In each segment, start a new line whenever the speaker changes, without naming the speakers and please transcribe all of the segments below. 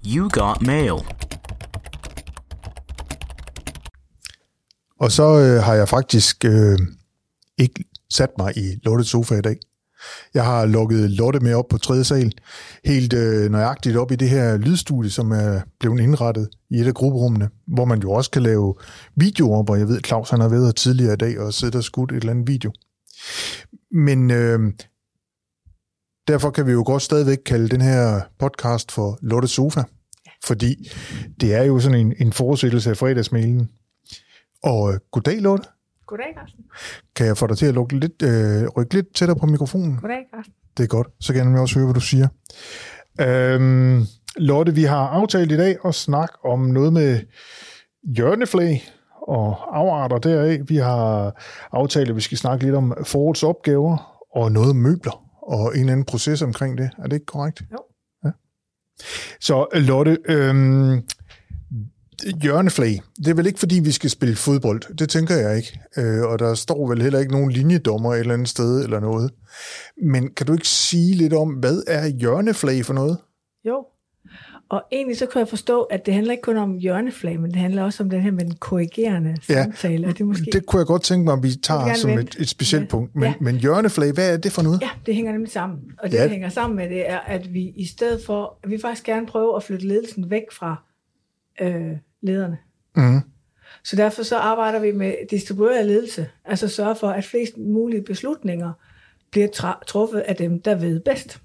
You got mail.
Og så har jeg faktisk ikke sat mig i Lottes sofa i dag. Jeg har lukket Lotte med op på 3. sal, helt nøjagtigt op i det her lydstudie, som er blevet indrettet i et af grupperummene, hvor man jo også kan lave videoer, hvor jeg ved, Claus han har været tidligere i dag og siddet og skudt et eller andet video. Men derfor kan vi jo godt stadigvæk kalde den her podcast for Lottes sofa, fordi det er jo sådan en fortsættelse af fredagsmailen. Og goddag, Lotte.
Goddag, Carsten.
Kan jeg få dig til at rykke lidt tættere på mikrofonen?
Goddag, Carsten.
Det er godt. Så kan jeg også høre, hvad du siger. Lotte, vi har aftalt i dag at snakke om noget med hjørneflag og afarter deraf. Vi har aftalt, at vi skal snakke lidt om forårets opgaver og noget møbler og en eller anden proces omkring det. Er det ikke korrekt?
Jo.
Ja. Så Lotte, hjørneflag. Det er vel ikke, fordi vi skal spille fodbold. Det tænker jeg ikke. Og der står vel heller ikke nogen linjedommer et eller andet sted eller noget. Men kan du ikke sige lidt om, hvad er hjørneflag for noget?
Jo. Og egentlig så kan jeg forstå, at det handler ikke kun om hjørneflag, men det handler også om den her med den korrigerende samtale.
Ja, det kunne jeg godt tænke mig, at vi tager som et specielt punkt. Men hjørneflag, hvad er det for noget?
Ja, det hænger nemlig sammen. Og det, der hænger sammen med det, er, at vi i stedet for, at vi faktisk gerne prøver at flytte ledelsen væk fra lederne. Mm. Så derfor så arbejder vi med distribueret ledelse, altså sørge for, at flest mulige beslutninger bliver truffet af dem, der ved bedst.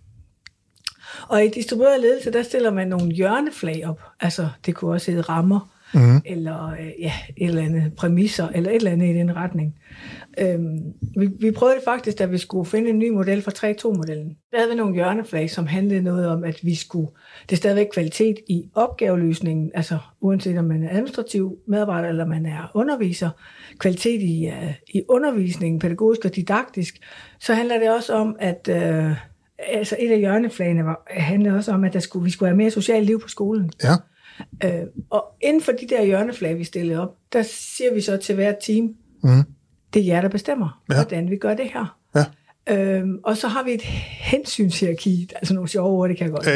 Og i distribueret ledelse, der stiller man nogle hjørneflag op, altså det kunne også hedde rammer, eller et eller andet præmisser, eller et eller andet i den retning. Vi prøvede det faktisk, da vi skulle finde en ny model for 3-2-modellen. Der havde vi nogle hjørneflag, som handlede noget om, at det er stadigvæk kvalitet i opgaveløsningen, altså uanset om man er administrativ medarbejder, eller man er underviser, kvalitet i undervisningen, pædagogisk og didaktisk, så handler det også om, at altså et af hjørneflagene handlede også om, at vi skulle have mere socialt liv på skolen.
Ja.
Og inden for de der hjørneflag, vi stillede op, der siger vi så til hvert team, det er jer, der bestemmer, hvordan vi gør det her. Ja. Og så har vi et hensynshierarki, altså nogle sjove ord, det kan jeg godt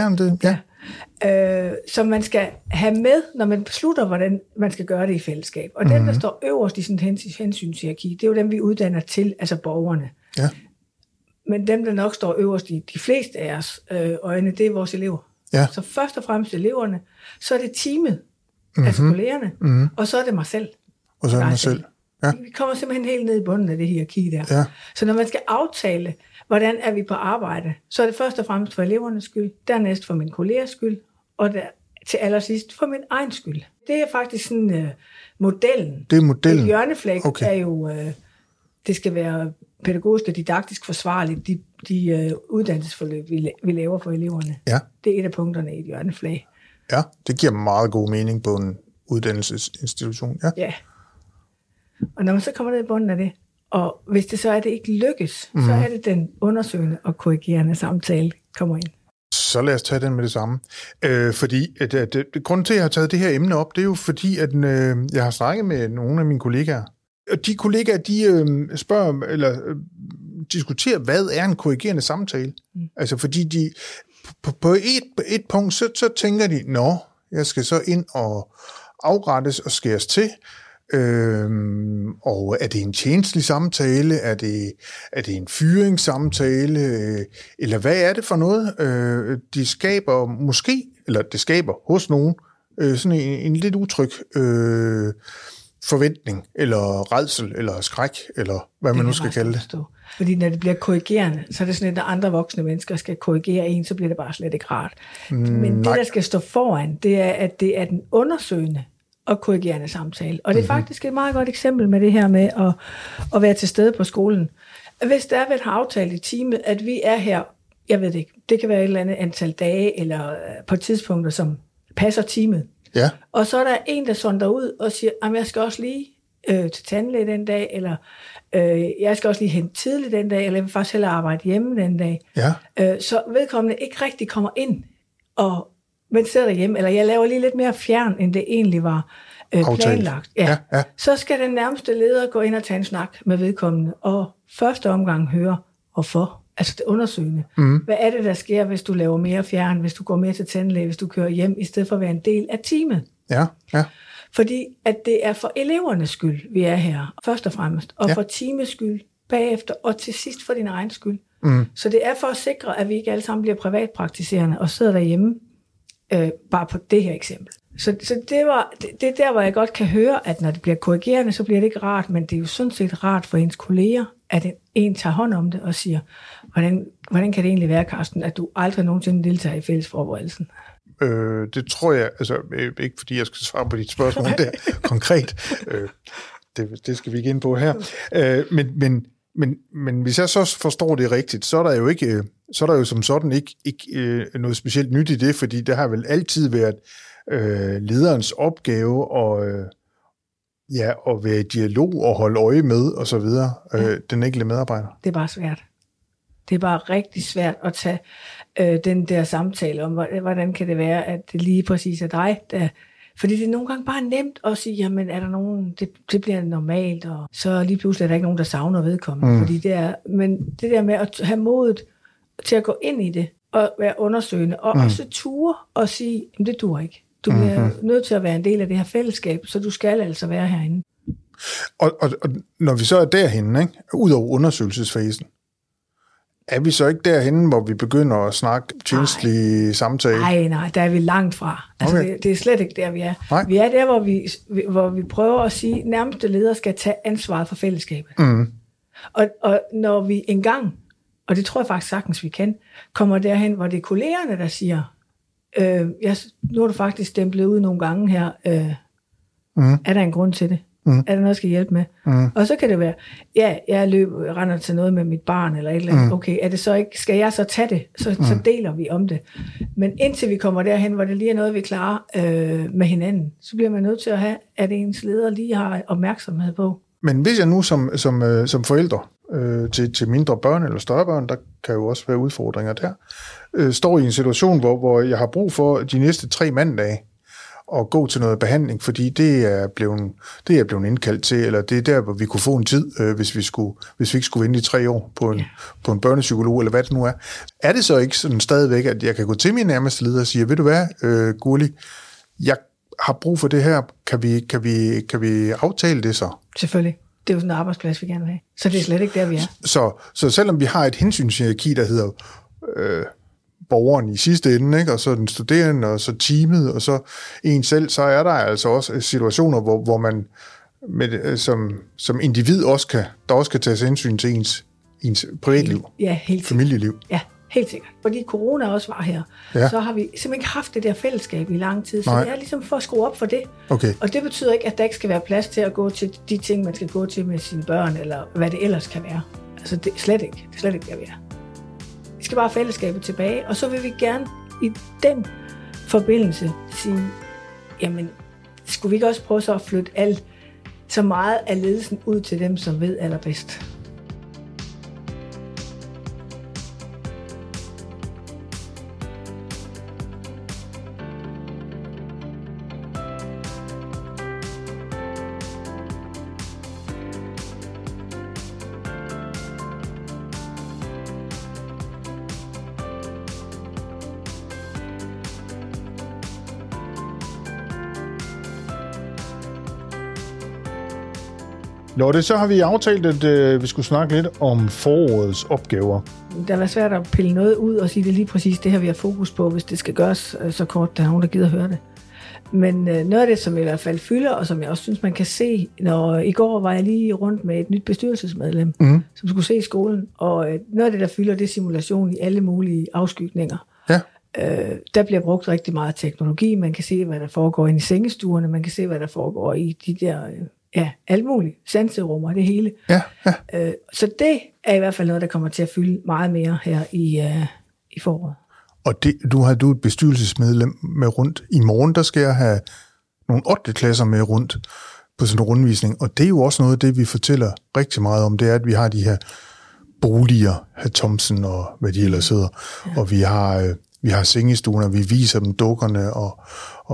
lide.
Som man skal have med, når man beslutter, hvordan man skal gøre det i fællesskab. Og dem, der står øverst i sådan et hensynshierarki, det er jo dem, vi uddanner til, altså borgerne. Ja. Men dem, der nok står øverst i de fleste af os øjne, det er vores elever. Ja. Så først og fremmest eleverne, så er det teamet, altså kollegerne, og så er det mig selv.
Og så er det mig selv. Ja.
Vi kommer simpelthen helt ned i bunden af det hierarki der. Ja. Så når man skal aftale, hvordan er vi på arbejde, så er det først og fremmest for elevernes skyld, dernæst for min kollegers skyld, og til allersidst for min egen skyld. Det er faktisk sådan modellen.
Det er modellen.
Et hjørneflag er jo, det skal være pædagogisk og didaktisk forsvarligt, de uddannelsesforløb, vi laver for eleverne. Ja. Det er et af punkterne i et hjørneflag.
Ja, det giver meget god mening på en uddannelsesinstitution. Ja.
Og når man så kommer ned i bunden af det, og hvis det så er, det ikke lykkes, så er det den undersøgende og korrigerende samtale kommer ind.
Så lad os tage den med det samme. Fordi grunden til, at jeg har taget det her emne op, det er jo fordi, at jeg har snakket med nogle af mine kollegaer. Og de kollegaer, de spørger, eller diskuterer, hvad er en korrigerende samtale? Altså fordi de på et punkt, så tænker de, jeg skal så ind og afrettes og skæres til. Og er det en tjenestelig samtale? Er det en fyringssamtale? Eller hvad er det for noget? De skaber måske, eller det skaber hos nogen, sådan en lidt utryg forventning, eller rædsel, eller skræk, eller hvad man nu skal kalde det.
Fordi når det bliver korrigerende, så er det sådan, at når andre voksne mennesker skal korrigere en, så bliver det bare slet ikke rart. Men det, der skal stå foran, det er, at det er den undersøgende og korrigerende samtale. Og det er faktisk et meget godt eksempel med det her med at være til stede på skolen. Hvis der har aftalt i teamet, at vi er her, jeg ved det ikke, det kan være et eller andet antal dage, eller på tidspunkter, som passer teamet. Ja. Og så er der en, der sonder ud og siger, at jeg skal også lige til tandlæge den dag, eller jeg skal også lige hen tidligt den dag, eller jeg vil faktisk hellere arbejde hjemme den dag. Ja. Så vedkommende ikke rigtig kommer ind, men sidder derhjemme, eller jeg laver lige lidt mere fjern, end det egentlig var planlagt. Ja. Ja. Så skal den nærmeste leder gå ind og tage en snak med vedkommende, og første omgang høre, hvorfor Altså det undersøgende. Hvad er det, der sker, hvis du laver mere fjern, hvis du går mere til tandlæge, hvis du kører hjem, i stedet for at være en del af teamet?
Ja.
Fordi at det er for elevernes skyld, vi er her, først og fremmest, og for teamets skyld bagefter, og til sidst for din egen skyld. Så det er for at sikre, at vi ikke alle sammen bliver privatpraktiserende og sidder derhjemme, bare på det her eksempel. Så det er der, hvor jeg godt kan høre, at når det bliver korrigerende, så bliver det ikke rart, men det er jo sådan set rart for ens kolleger, at en tager hånd om det og siger, hvordan kan det egentlig være, Carsten, at du aldrig nogensinde deltager i fællesforberedelsen?
Det tror jeg, altså ikke fordi jeg skal svare på dit spørgsmål der konkret, det skal vi ikke ind på her, men hvis jeg så forstår det rigtigt, så er der jo som sådan ikke noget specielt nyt i det, fordi det har vel altid været lederens opgave at være i dialog og holde øje med og så videre, den enkelte medarbejder. Det
er bare svært. Det er bare rigtig svært at tage den der samtale om, hvordan kan det være, at det lige præcis er dig, der... Fordi det er nogle gange bare nemt at sige, jamen er der nogen, det bliver normalt, og så lige pludselig er der ikke nogen, der savner vedkommende. Fordi men det der med at have modet til at gå ind i det, og være undersøgende, og også ture og sige, jamen det duer ikke. Du bliver nødt til at være en del af det her fællesskab, så du skal altså være herinde.
Og når vi så er derhenne, ikke, ud over undersøgelsesfasen, er vi så ikke derhenne, hvor vi begynder at snakke tjenestlige samtale?
Nej, der er vi langt fra. Altså, det er slet ikke der, vi er. Nej. Vi er der, hvor vi prøver at sige, at nærmeste ledere skal tage ansvaret for fællesskabet. Og når vi engang, og det tror jeg faktisk sagtens, vi kan, kommer derhen, hvor det er kollegerne, der siger, nu er du faktisk stemplet ud nogle gange her, er der en grund til det? Er der noget, jeg skal hjælpe med? Og så kan det være, jeg render til noget med mit barn, eller et eller andet. Okay, er det så ikke, skal jeg så tage det? Så deler vi om det. Men indtil vi kommer derhen, hvor det lige er noget, vi klarer med hinanden, så bliver man nødt til at have, at ens leder lige har opmærksomhed på.
Men hvis jeg nu som forældre til mindre børn eller større børn, der kan jo også være udfordringer der, står i en situation, hvor jeg har brug for de næste 3 mandage, og gå til noget behandling, fordi det er blevet indkaldt til, eller det er der, hvor vi kunne få en tid, hvis vi ikke skulle vente i 3 år på en børnepsykolog, eller hvad det nu er. Er det så ikke sådan stadigvæk, at jeg kan gå til min nærmeste leder og sige, ved du hvad, Gurli, jeg har brug for det her, kan vi aftale det så?
Selvfølgelig. Det er jo sådan en arbejdsplads, vi gerne vil have. Så det er slet ikke der, vi er.
Så selvom vi har et hensynshierarki, der hedder borgeren i sidste ende, ikke? Og så den studerende, og så teamet, og så en selv, så er der altså også situationer, hvor man som individ også kan tage hensyn til ens privatliv, familieliv.
Ja, helt sikkert. Fordi corona også var her, så har vi simpelthen ikke haft det der fællesskab i lang tid, så det er ligesom for at skrue op for det. Okay. Og det betyder ikke, at der ikke skal være plads til at gå til de ting, man skal gå til med sine børn, eller hvad det ellers kan være. Altså det er slet ikke der, vi er. Vi skal bare have fællesskabet tilbage, og så vil vi gerne i den forbindelse sige, jamen, skulle vi ikke også prøve så at flytte så meget af ledelsen ud til dem, som ved allerbedst?
Lotte, så har vi aftalt, at vi skulle snakke lidt om forårets opgaver.
Det var svært at pille noget ud og sige, det lige præcis det her, vi har fokus på, hvis det skal gøres så kort, der er nogen, der gider høre det. Men noget af det, som i hvert fald fylder, og som jeg også synes, man kan se, når i går var jeg lige rundt med et nyt bestyrelsesmedlem, som skulle se i skolen, og noget af det, der fylder, det er simulation i alle mulige afskygninger. Ja. Der bliver brugt rigtig meget teknologi, man kan se, hvad der foregår inde i sengestuerne, man kan se, hvad der foregår i de der... alt muligt. Sanserummer, det hele. Ja. Så det er i hvert fald noget, der kommer til at fylde meget mere her i foråret. Og
nu har du et bestyrelsesmedlem med rundt. I morgen, der skal jeg have nogle 8. klasser med rundt på sådan en rundvisning. Og det er jo også noget af det, vi fortæller rigtig meget om. Det er, at vi har de her boliger, her Thomsen og hvad de ellers hedder. Ja. Og vi har sengestuen, og vi viser dem dukkerne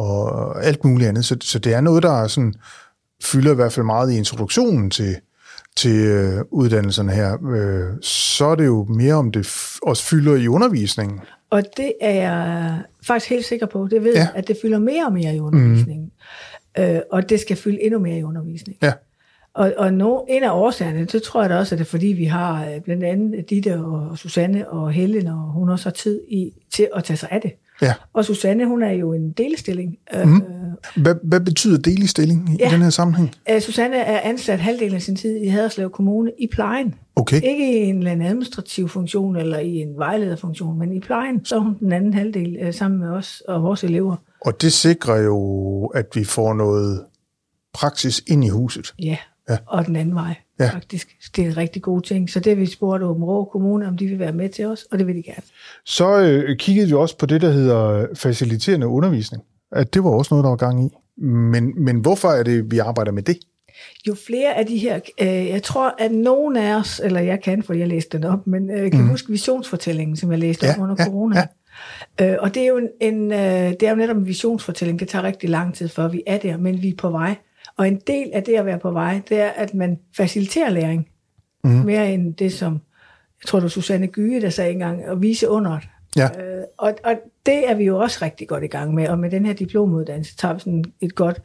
og alt muligt andet. Så det er noget, der er sådan... fylder i hvert fald meget i introduktionen til uddannelserne her, så er det jo mere, om det også fylder i undervisningen.
Og det er jeg faktisk helt sikker på. Det ved jeg, at det fylder mere og mere i undervisningen. Og det skal fylde endnu mere i undervisningen.
Ja.
Og en af årsagerne, det tror jeg da også, at det er fordi, vi har blandt andet Ditte og Susanne og Helen, og hun også har tid til at tage sig af det.
Ja.
Og Susanne, hun er jo en delestilling.
Hvad betyder delestilling i den her sammenhæng?
Susanne er ansat halvdelen af sin tid i Haderslev Kommune i plejen.
Okay.
Ikke i en eller anden administrativ funktion eller i en vejlederfunktion, men i plejen. Så er hun den anden halvdel sammen med os og vores elever.
Og det sikrer jo, at vi får noget praksis ind i huset.
Ja. Og den anden vej, faktisk. Det er en rigtig god ting. Så det vi spurgte Aabenraa Kommune, om de vil være med til os, og det vil de gerne.
Så kiggede vi også på det, der hedder faciliterende undervisning. At det var også noget, der var gang i. Men hvorfor er det, vi arbejder med det?
Jo flere af de her, jeg tror, at nogen af os, eller jeg kan, for jeg læste den op, men kan huske visionsfortællingen, som jeg læste op under corona. Ja. Og det er jo det er jo netop en visionsfortælling. Det tager rigtig lang tid, før vi er der, men vi er på vej. Og en del af det at være på vej, det er, at man faciliterer læring. Mere end det, som, jeg tror det var Susanne Gyge, der sagde engang, at vise underet.
Ja.
Og det er vi jo også rigtig godt i gang med. Og med den her diplomuddannelse tager vi sådan et godt,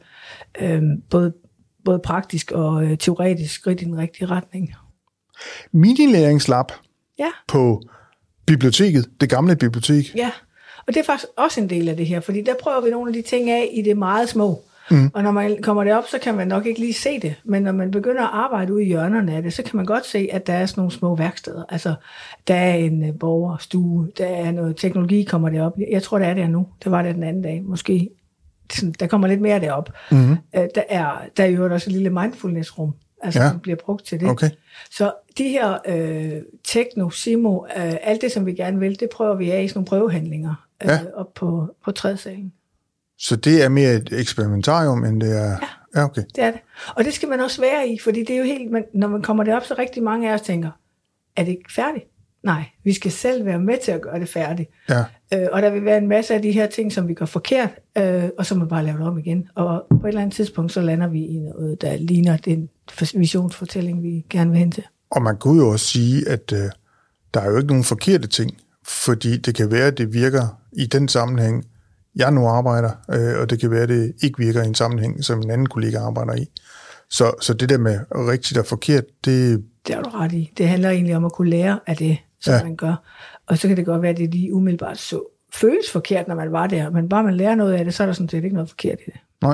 både praktisk og teoretisk skridt i den rigtige retning.
Minilæringslab på biblioteket, det gamle bibliotek.
Ja, og det er faktisk også en del af det her, fordi der prøver vi nogle af de ting af i det meget små. Og når man kommer derop, så kan man nok ikke lige se det. Men når man begynder at arbejde ude i hjørnerne af det, så kan man godt se, at der er sådan nogle små værksteder. Altså, der er en borgerstue, der er noget teknologi, kommer derop. Jeg tror, det er der nu. Det var det den anden dag. Måske, der kommer lidt mere derop. Der er jo også et lille mindfulness-rum, altså, som bliver brugt til det.
Okay.
Så de her techno, simo, alt det, som vi gerne vil, det prøver vi af i sådan nogle prøvehandlinger op på tredjesalen.
Så det er mere et eksperimentarium, end det er... Ja, okay.
Det er det. Og det skal man også være i, fordi det er jo helt... Når man kommer derop, så rigtig mange af os tænker, er det ikke færdigt? Nej, vi skal selv være med til at gøre det færdigt.
Ja.
Og der vil være en masse af de her ting, som vi gør forkert, og så må man bare lave det om igen. Og på et eller andet tidspunkt, så lander vi i noget, der ligner den visionsfortælling, vi gerne vil hen til.
Og man kunne jo også sige, at der er jo ikke nogen forkerte ting, fordi det kan være, at det virker i den sammenhæng, jeg nu arbejder, og det kan være, at det ikke virker i en sammenhæng, som en anden kollega arbejder i. Så det der med rigtigt og forkert, det...
Det er du ret i. Det handler egentlig om at kunne lære af det, som man gør. Og så kan det godt være, at det lige umiddelbart så føles forkert, når man var der. Men bare man lærer noget af det, så er der sådan set ikke noget forkert i det.
Nej.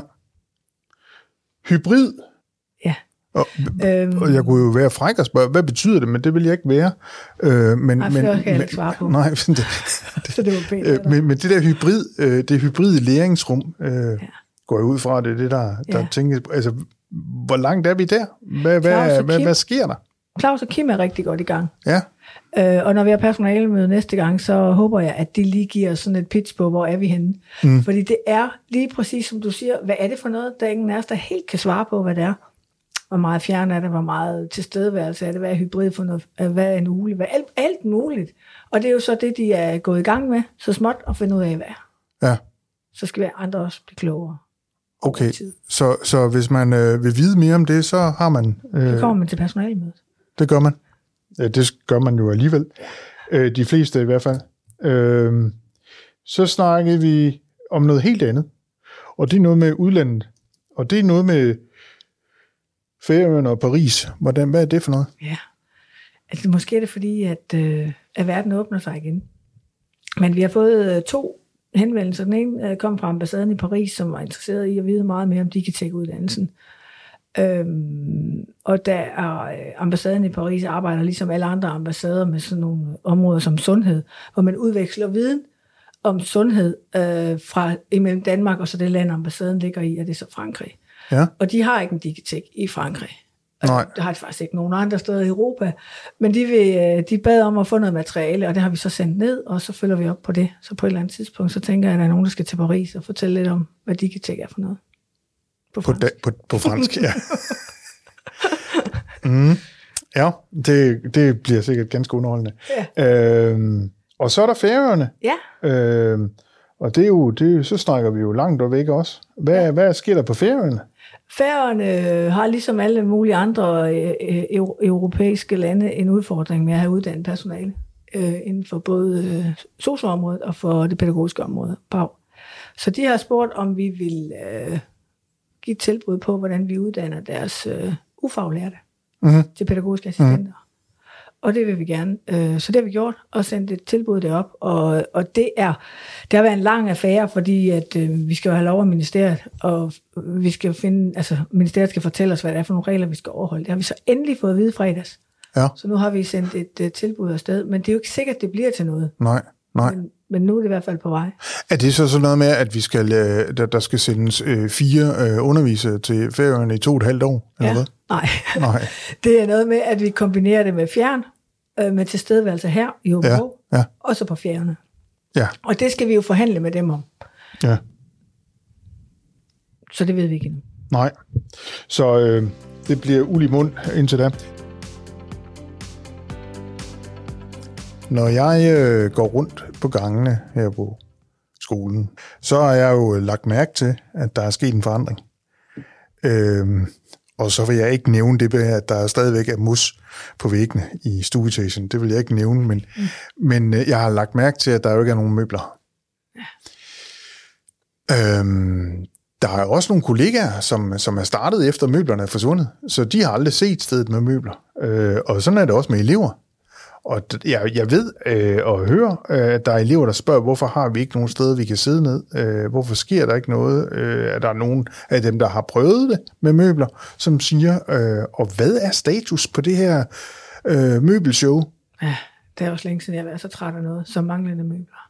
Hybrid.
Ja.
Og jeg kunne jo være fræk og spørge, hvad betyder det? Men det vil jeg ikke være.
Nej, for det kan jeg ikke svare på.
Nej,
så det var pænt.
Men det der det hybride læringsrum, går jeg ud fra, det er det, der tænkes. Altså, hvor langt er vi der? Hvad sker der?
Claus og Kim er rigtig godt i gang.
Ja.
Og når vi har personalemøde næste gang, så håber jeg, at de lige giver sådan et pitch på, hvor er vi henne. Fordi det er lige præcis, som du siger, hvad er det for noget, der ingen af os, der helt kan svare på, hvad det er. Hvor meget fjern er det, hvor meget tilstedeværelse er det, hvad er hybrid for noget, hvad er en uge, hvad alt muligt. Og det er jo så det, de er gået i gang med, så småt at finde ud af, hvad er.
Ja.
Så skal vi andre også blive klogere.
Okay, så hvis man vil vide mere om det, så har man...
Så kommer man til personalemødet.
Det gør man. Det gør man jo alligevel. De fleste i hvert fald. Så snakkede vi om noget helt andet. Og det er noget med udlandet. Og det er noget med Færøerne og Paris. Hvad er det for noget?
Ja, altså måske er det fordi, at verden åbner sig igen. Men vi har fået 2 henvendelser. Den ene kom fra ambassaden i Paris, som var interesseret i at vide meget mere om Digitech-uddannelsen. Og der er ambassaden i Paris arbejder ligesom alle andre ambassader med sådan nogle områder som sundhed, hvor man udveksler viden om sundhed fra imellem Danmark og så det land, ambassaden ligger i, og det er så Frankrig.
Ja.
Og de har ikke en Digitech i Frankrig.
Nej.
Der har de faktisk ikke nogen andre steder i Europa. Men de bad om at få noget materiale, og det har vi så sendt ned, og så følger vi op på det. Så på et eller andet tidspunkt, så tænker jeg, at der er nogen, der skal til Paris og fortælle lidt om, hvad Digitech er for noget. På fransk.
På fransk, ja. Ja, det bliver sikkert ganske underholdende. Ja. Og så er der Færøerne.
Ja.
Og det er jo, så snakker vi jo langt og væk også. Hvad sker der på Færøerne?
Færøerne har ligesom alle mulige andre europæiske lande en udfordring med at have uddannet personale inden for både sosu-området og for det pædagogiske område. Så de har spurgt, om vi vil give et tilbud på, hvordan vi uddanner deres ufaglærte til pædagogiske assistenter. Og det vil vi gerne. Så det har vi gjort, og sendt et tilbud derop. Og det har været en lang affære, fordi at, vi skal jo have lov af ministeriet, og vi skal finde, altså ministeriet skal fortælle os, hvad det er for nogle regler, vi skal overholde. Det har vi så endelig fået at vide fredags. Ja. Så nu har vi sendt et tilbud afsted, men det er jo ikke sikkert, det bliver til noget.
Nej.
Men nu er det i hvert fald på vej.
Er det så sådan noget med, at vi skal, der skal sendes 4 undervisere til Færøerne i 2,5 år? Eller hvad?
Nej. Det er noget med, at vi kombinerer det med fjern, med tilstedeværelse her i Hobro, og så på Færøerne. Ja. Og det skal vi jo forhandle med dem om. Ja. Så det ved vi ikke endnu.
Nej. Så det bliver uld i mund indtil da. Når jeg går rundt på gangene her på skolen, så har jeg jo lagt mærke til, at der er sket en forandring. Og så vil jeg ikke nævne det med, at der stadigvæk er mus på væggene i stueetagen. Det vil jeg ikke nævne, men jeg har lagt mærke til, at der jo ikke er nogen møbler. Ja. Der er også nogle kollegaer, som er startet efter møblerne er forsvundet, så de har aldrig set stedet med møbler. Og sådan er det også med elever. Og jeg ved og hører, at der er elever, der spørger, hvorfor har vi ikke nogen steder, vi kan sidde ned? Hvorfor sker der ikke noget? Er der nogen af dem, der har prøvet det med møbler, som siger, og hvad er status på det her møbelshow?
Ja, det er også længe siden, jeg har været så træt af noget, som manglende møbler.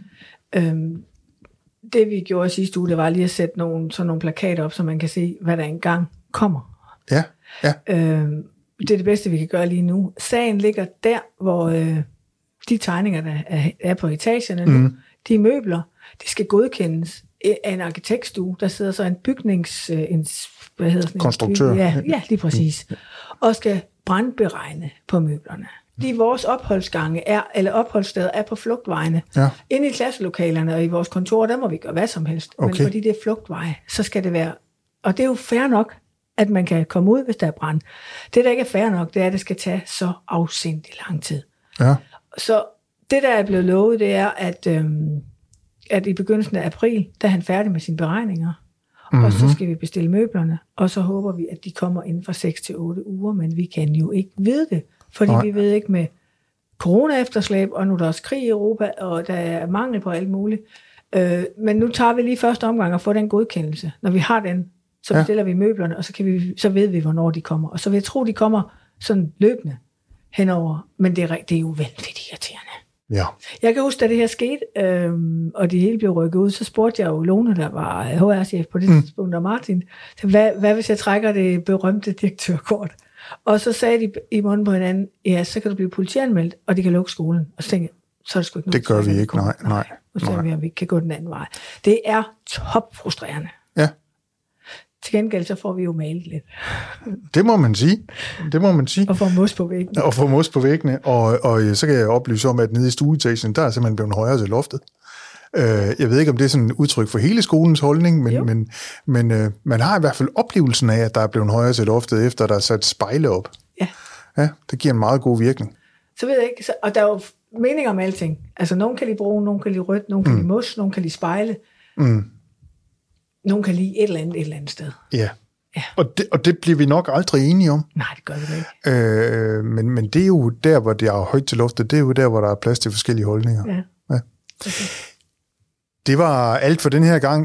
Det vi gjorde sidste uge, det var lige at sætte sådan nogle plakater op, så man kan se, hvad der engang kommer. Ja. Det er det bedste, vi kan gøre lige nu. Sagen ligger der, hvor de tegninger, der er på etagerne nu, de møbler, de skal godkendes af en arkitektstue. Der sidder så en
konstruktør.
Ja, lige præcis. Og skal brandberegne på møblerne. Vores opholdsgange eller opholdssteder er på flugtvejene. Ja. Inde i klasselokalerne og i vores kontor, der må vi gøre hvad som helst. Okay. Men fordi det er flugtveje, så skal det være... Og det er jo fair nok, at man kan komme ud, hvis der er brand. Det, der ikke er fair nok, det er, at det skal tage så afsindig lang tid. Ja. Så det, der er blevet lovet, det er, at i begyndelsen af april, der er han færdig med sine beregninger. Og så skal vi bestille møblerne, og så håber vi, at de kommer inden for 6 til 8 uger, men vi kan jo ikke vide det, fordi vi ved ikke med corona-efterslæb, og nu er der også krig i Europa, og der er mangel på alt muligt. Men nu tager vi lige første omgang og får den godkendelse. Når vi har den, så bestiller vi møblerne, og så ved vi, hvornår de kommer. Og så vil jeg tro, de kommer sådan løbende henover, men det er jo vanvittigt irriterende. Ja. Jeg kan huske, da det her skete, og de hele blev rykket ud, så spurgte jeg jo Lone, der var HR-chef på det tidspunkt, og Martin, hvad hvis jeg trækker det berømte direktørkort? Og så sagde de i munden på hinanden, ja, så kan du blive politianmeldt, og de kan lukke skolen. Og så tænkte jeg, så er det sgu ikke noget.
Det gør vi ikke, nej.
Og så ser vi, om vi kan gå den anden vej. Det er topfrustrerende. Ja. Til gengæld så får vi jo malet lidt.
Det må man sige.
Og får
mos på væggene. Og så kan jeg oplyse om, at nede i stueetagen, der er simpelthen blevet højere til loftet. Jeg ved ikke, om det er sådan et udtryk for hele skolens holdning, men man har i hvert fald oplevelsen af, at der er blevet højere til loftet, efter der er sat spejle op. Ja, det giver en meget god virkning.
Så ved jeg ikke, og der er jo meninger om alting. Altså, nogen kan lide brun, nogen kan lide rødt, nogen kan lide mos, nogen kan lide spejle. Nogen kan lide et eller andet sted. Ja. Og det bliver vi nok aldrig enige om. Nej, det gør vi ikke.
Men det er jo der, hvor det er højt til loftet. Det er jo der, hvor der er plads til forskellige holdninger. Ja. Okay. Det var alt for den her gang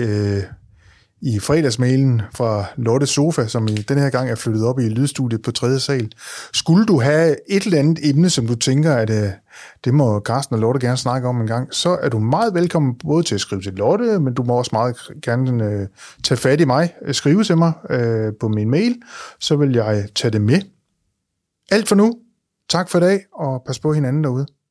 i fredagsmailen fra Lottes Sofa, som i den her gang er flyttet op i lydstudiet på 3. sal. Skulle du have et eller andet emne, som du tænker, at det må Carsten og Lotte gerne snakke om en gang, så er du meget velkommen både til at skrive til Lotte, men du må også meget gerne tage fat i mig, skrive til mig på min mail, så vil jeg tage det med. Alt for nu. Tak for i dag, og pas på hinanden derude.